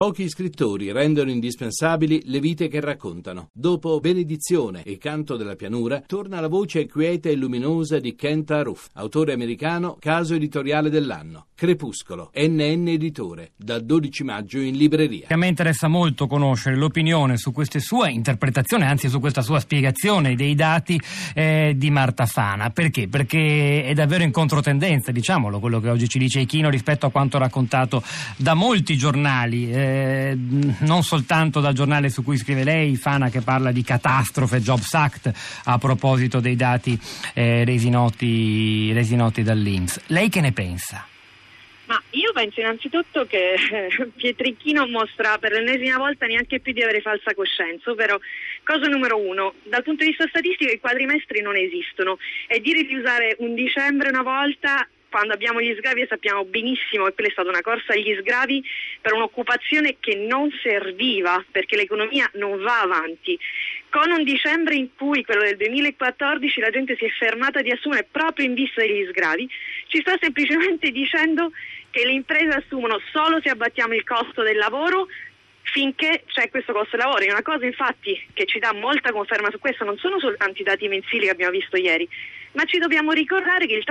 Pochi scrittori rendono indispensabili le vite che raccontano. Dopo Benedizione e Canto della pianura, torna la voce quieta e luminosa di Kent Aruf, autore americano, caso editoriale dell'anno. Crepuscolo, NN Editore, dal 12 maggio in libreria. A me interessa molto conoscere l'opinione su queste sue interpretazioni, anzi su questa sua spiegazione dei dati di Marta Fana. Perché? Perché è davvero in controtendenza, diciamolo, quello che oggi ci dice Ichino rispetto a quanto raccontato da molti giornali. Non soltanto dal giornale su cui scrive lei, Fana, che parla di catastrofe Jobs Act a proposito dei dati resi noti dall'INPS. Lei che ne pensa? Ma io penso innanzitutto che Pietricchino mostra per l'ennesima volta neanche più di avere falsa coscienza, ovvero, cosa numero uno, dal punto di vista statistico i quadrimestri non esistono e dire di usare un dicembre una volta quando abbiamo gli sgravi e sappiamo benissimo che quella è stata una corsa agli sgravi per un'occupazione che non serviva perché l'economia non va avanti. Con un dicembre in cui, quello del 2014, la gente si è fermata di assumere proprio in vista degli sgravi, ci sta semplicemente dicendo che le imprese assumono solo se abbattiamo il costo del lavoro finché c'è questo costo del lavoro. E una cosa infatti che ci dà molta conferma su questo non sono soltanto i dati mensili che abbiamo visto ieri, ma ci dobbiamo ricordare che il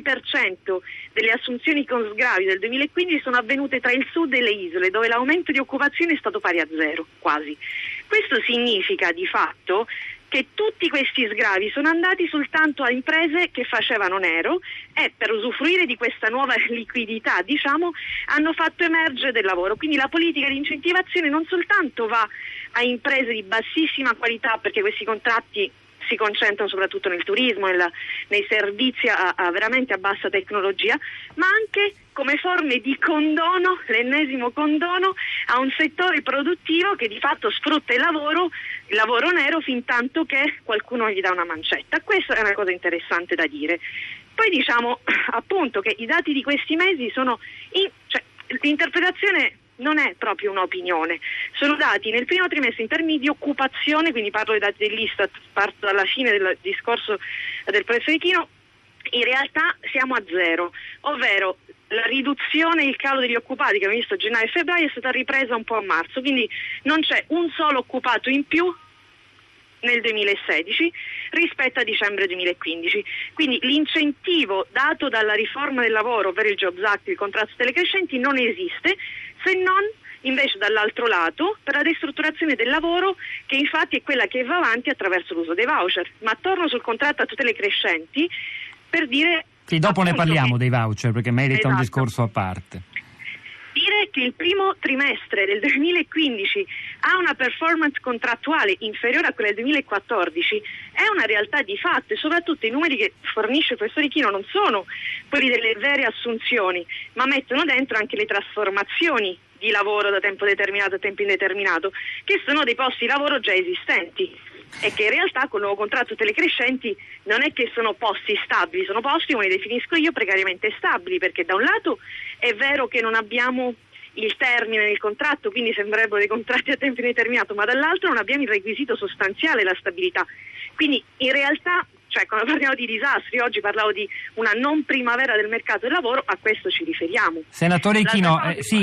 36% delle assunzioni con sgravi del 2015 sono avvenute tra il sud e le isole, dove l'aumento di occupazione è stato pari a zero, quasi. Questo significa di fatto che tutti questi sgravi sono andati soltanto a imprese che facevano nero e per usufruire di questa nuova liquidità, hanno fatto emergere del lavoro. Quindi la politica di incentivazione non soltanto va a imprese di bassissima qualità, perché questi contratti si concentrano soprattutto nel turismo, nei servizi veramente a bassa tecnologia, ma anche come forme di condono, l'ennesimo condono a un settore produttivo che di fatto sfrutta il lavoro nero fin tanto che qualcuno gli dà una mancetta. Questa è una cosa interessante da dire. Poi diciamo appunto che i dati di questi mesi sono l'interpretazione non è proprio un'opinione, sono dati nel primo trimestre in termini di occupazione, quindi parlo dei dati dell'Istat, parto dalla fine del discorso del professor Ichino, in realtà siamo a zero, ovvero la riduzione e il calo degli occupati che abbiamo visto a gennaio e febbraio è stata ripresa un po' a marzo, quindi non c'è un solo occupato in più nel 2016 rispetto a dicembre 2015. Quindi l'incentivo dato dalla riforma del lavoro per il Jobs Act, il contratto telecrescenti, non esiste, se non invece dall'altro lato per la ristrutturazione del lavoro, che infatti è quella che va avanti attraverso l'uso dei voucher. Ma torno sul contratto a tutele crescenti per dire... Sì, dopo ne parliamo dei voucher, perché merita un discorso a parte. Dire che il primo trimestre del 2015 ha una performance contrattuale inferiore a quella del 2014 è una realtà di fatto, e soprattutto i numeri che fornisce il professor Ichino non sono quelli delle vere assunzioni, ma mettono dentro anche le trasformazioni di lavoro da tempo determinato a tempo indeterminato, che sono dei posti di lavoro già esistenti e che in realtà con il nuovo contratto telecrescenti non è che sono posti stabili, sono posti, come li definisco io, precariamente stabili, perché da un lato è vero che non abbiamo il termine nel contratto, quindi sembrerebbero dei contratti a tempo indeterminato, ma dall'altro non abbiamo il requisito sostanziale, la stabilità. Quindi in realtà, quando parliamo di disastri, oggi parlavo di una non primavera del mercato del lavoro, a questo ci riferiamo. Senatore Ichino,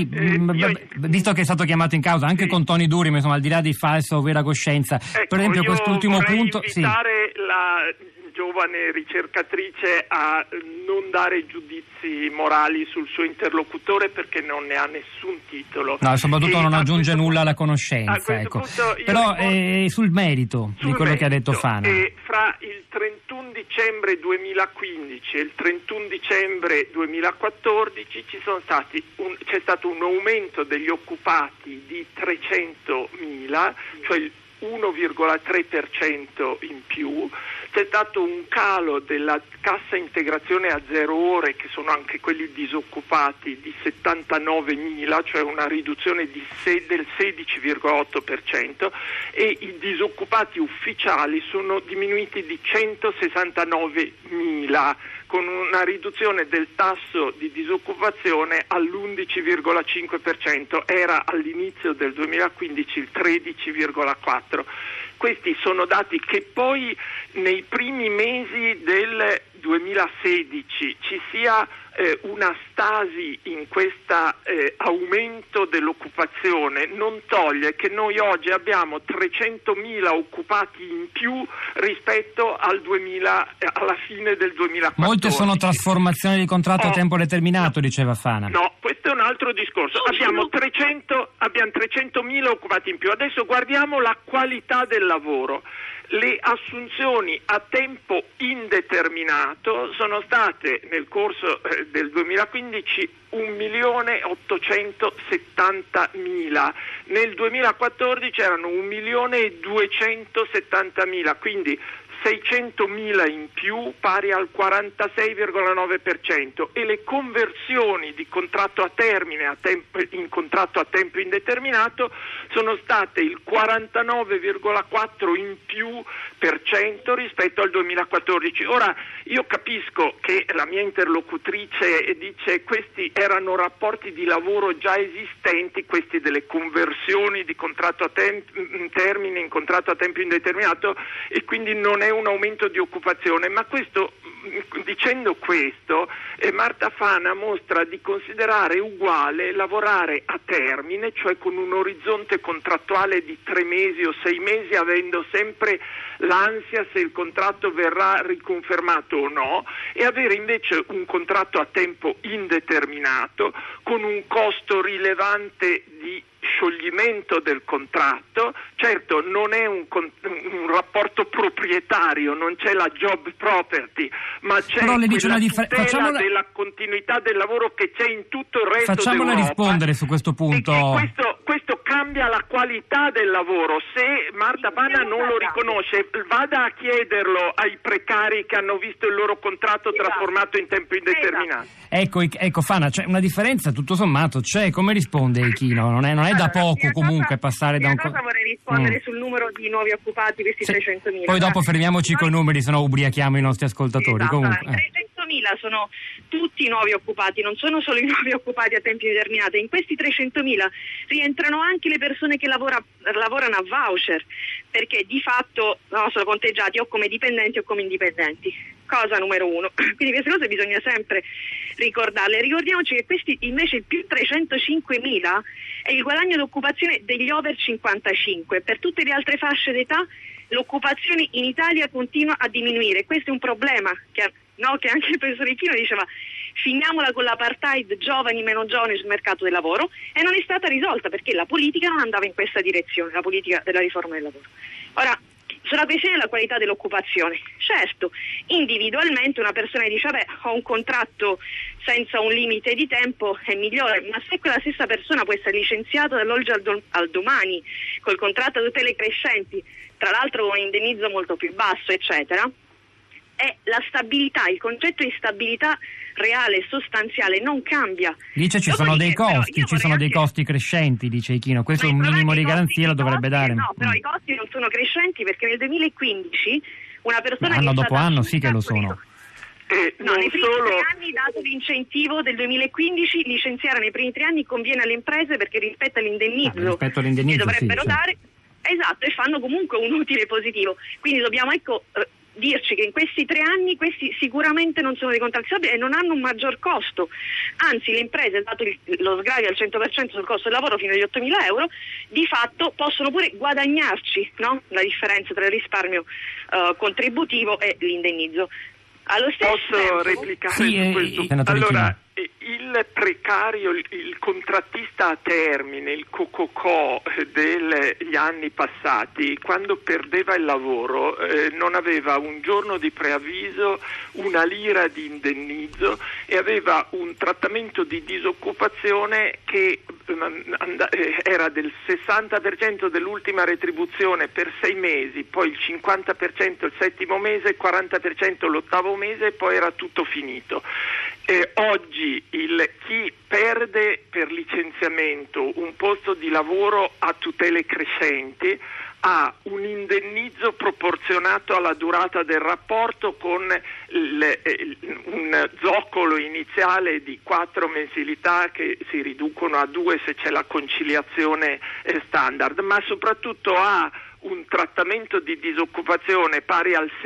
visto che è stato chiamato in causa anche con toni duri, ma insomma al di là di falsa o vera coscienza, per esempio quest'ultimo punto... invitare la giovane ricercatrice a non dare giudizi morali sul suo interlocutore, perché non ne ha nessun titolo. No, soprattutto non aggiunge nulla alla conoscenza. Ecco. Però sul merito di quello che ha detto Fana. Fra il 31 dicembre 2015 e il 31 dicembre 2014 c'è stato un aumento degli occupati di 300.000, cioè il 1,3% in più. C'è stato un calo della cassa integrazione a 0 ore, che sono anche quelli disoccupati, di 79.000, cioè una riduzione del 16,8%, e i disoccupati ufficiali sono diminuiti di 169.000, con una riduzione del tasso di disoccupazione all'11,5%, era all'inizio del 2015 il 13,4%. Questi sono dati che poi nei primi mesi del 2016 ci sia una stasi in questo aumento dell'occupazione non toglie che noi oggi abbiamo 300.000 occupati in più rispetto alla fine del 2014. Molte sono trasformazioni di contratto a tempo determinato, diceva Fana. No, questo è un altro discorso. Abbiamo 300.000 occupati in più. Adesso guardiamo la qualità del lavoro. Le assunzioni a tempo indeterminato sono state nel corso del 2015 1.870.000, nel 2014 erano 1.270.000, quindi 600.000 in più, pari al 46,9%, e le conversioni di contratto a termine in contratto a tempo indeterminato sono state il 49,4% in più per cento rispetto al 2014. Ora, io capisco che la mia interlocutrice dice questi erano rapporti di lavoro già esistenti, questi delle conversioni di contratto a termine in contratto a tempo indeterminato, e quindi non è un aumento di occupazione, ma dicendo questo, Marta Fana mostra di considerare uguale lavorare a termine, cioè con un orizzonte contrattuale di 3 mesi o 6 mesi, avendo sempre l'ansia se il contratto verrà riconfermato o no, e avere invece un contratto a tempo indeterminato con un costo rilevante di scioglimento del contratto. Certo, non è un rapporto proprietario, non c'è la job property, ma c'è la tutela della continuità del lavoro che c'è in tutto il resto d'Europa. Facciamola rispondere su questo punto. E questo cambia la qualità del lavoro. Se Marta Fana non lo riconosce, vada a chiederlo ai precari che hanno visto il loro contratto trasformato in tempo indeterminato. Ecco Fana, c'è una differenza, tutto sommato c'è. Come risponde Ichino? Non è da poco comunque passare da un... vorrei rispondere sul numero di nuovi occupati, questi 300.000. Poi dopo fermiamoci con i numeri, sennò ubriachiamo i nostri ascoltatori. Esatto, Comunque, 300.000 sono tutti nuovi occupati, non sono solo i nuovi occupati a tempo indeterminato. In questi 300.000 rientrano anche le persone che lavorano a voucher, perché di fatto sono conteggiati o come dipendenti o come indipendenti. Cosa numero uno. Quindi queste cose bisogna sempre ricordarle. Ricordiamoci che questi invece il più 305.000 è il guadagno d'occupazione degli over 55. Per tutte le altre fasce d'età l'occupazione in Italia continua a diminuire. Questo è un problema che anche il professor Ichino diceva: finiamola con l'apartheid giovani meno giovani sul mercato del lavoro, e non è stata risolta perché la politica non andava in questa direzione, la politica della riforma del lavoro. Ora, sulla questione della qualità dell'occupazione, certo, individualmente una persona dice ho un contratto senza un limite di tempo, è migliore, ma se quella stessa persona può essere licenziata dall'oggi al domani col contratto a tutele crescenti, tra l'altro con un indennizzo molto più basso, eccetera, è la stabilità, il concetto di stabilità reale e sostanziale non cambia. Dice ci sono dei costi crescenti, dice Ichino, questo è un minimo di garanzia lo dovrebbe dare. No, però i costi non sono crescenti perché nel 2015 una persona anno dopo anno sì che lo sono. Nei primi 3 anni, dato l'incentivo del 2015, licenziare nei primi 3 anni conviene alle imprese perché rispetto all'indennizzo che dovrebbero dare, esatto, e fanno comunque un utile positivo. Quindi dobbiamo dirci che in questi 3 anni questi sicuramente non sono dei contratti stabili e non hanno un maggior costo, anzi le imprese, dato lo sgravio al 100% sul costo del lavoro fino agli 8.000 euro, di fatto possono pure guadagnarci, no? La differenza tra il risparmio contributivo e l'indennizzo. Allo stesso Posso replicare su questo? Allora, il precario, il contrattista a termine, il cococò degli anni passati, quando perdeva il lavoro non aveva un giorno di preavviso, una lira di indennizzo e aveva un trattamento di disoccupazione che era del 60% dell'ultima retribuzione per 6 mesi, poi il 50% il 7° mese, il 40% l'8° mese e poi era tutto finito. Oggi chi perde per licenziamento un posto di lavoro a tutele crescenti ha un indennizzo proporzionato alla durata del rapporto con un zoccolo iniziale di 4 mensilità che si riducono a 2 se c'è la conciliazione standard, ma soprattutto ha un trattamento di disoccupazione pari al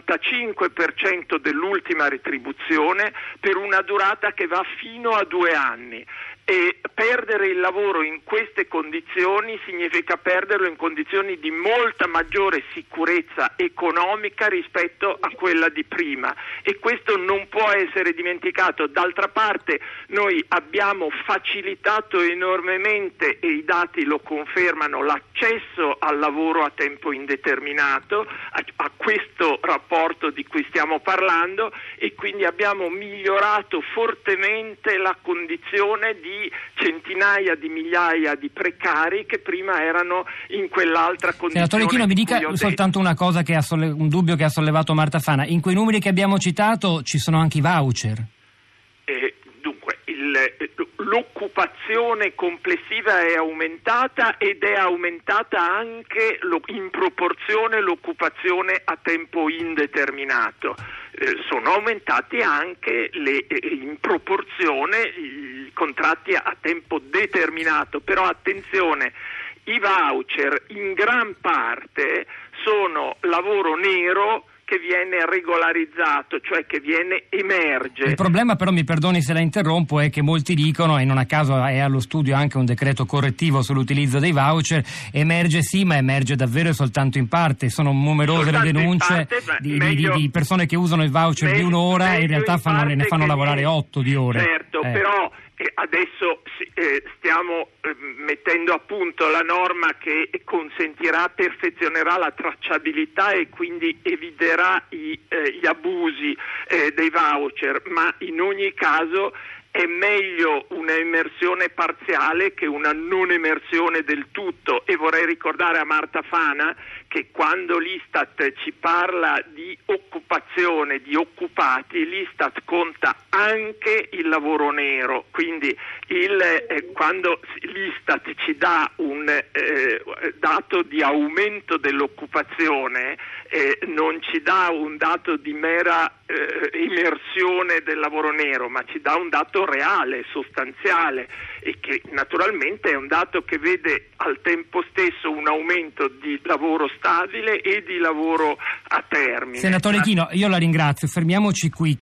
75% dell'ultima retribuzione per una durata che va fino a 2 anni. E perdere il lavoro in queste condizioni significa perderlo in condizioni di molta maggiore sicurezza economica rispetto a quella di prima, e questo non può essere dimenticato. D'altra parte noi abbiamo facilitato enormemente, e i dati lo confermano, l'accesso al lavoro a tempo indeterminato, a questo rapporto di cui stiamo parlando, e quindi abbiamo migliorato fortemente la condizione di centinaia di migliaia di precari che prima erano in quell'altra condizione. Senatore Ichino, mi dica soltanto una cosa, un dubbio che ha sollevato Marta Fana. In quei numeri che abbiamo citato ci sono anche i voucher? Dunque, l'occupazione complessiva è aumentata, ed è aumentata anche in proporzione l'occupazione a tempo indeterminato. Sono aumentati anche in proporzione i contratti a tempo determinato, però attenzione, i voucher in gran parte sono lavoro nero che viene regolarizzato, cioè che emerge. Il problema però, mi perdoni se la interrompo, è che molti dicono, e non a caso è allo studio anche un decreto correttivo sull'utilizzo dei voucher, emerge sì, ma emerge davvero soltanto in parte. Sono numerose le denunce di persone che usano il voucher di un'ora e in realtà ne fanno lavorare 8 di ore. Certo, però adesso stiamo mettendo a punto la norma che perfezionerà la tracciabilità e quindi eviterà gli abusi dei voucher, ma in ogni caso è meglio una emersione parziale che una non emersione del tutto. E vorrei ricordare a Marta Fana che quando l'Istat ci parla di occupazione, di occupati, l'Istat conta anche il lavoro nero, quindi quando l'Istat ci dà un dato di aumento dell'occupazione, non ci dà un dato di mera immersione del lavoro nero, ma ci dà un dato reale, sostanziale, e che naturalmente è un dato che vede al tempo stesso un aumento di lavoro stabile e di lavoro a termine. Senatore Ichino, io la ringrazio, fermiamoci qui.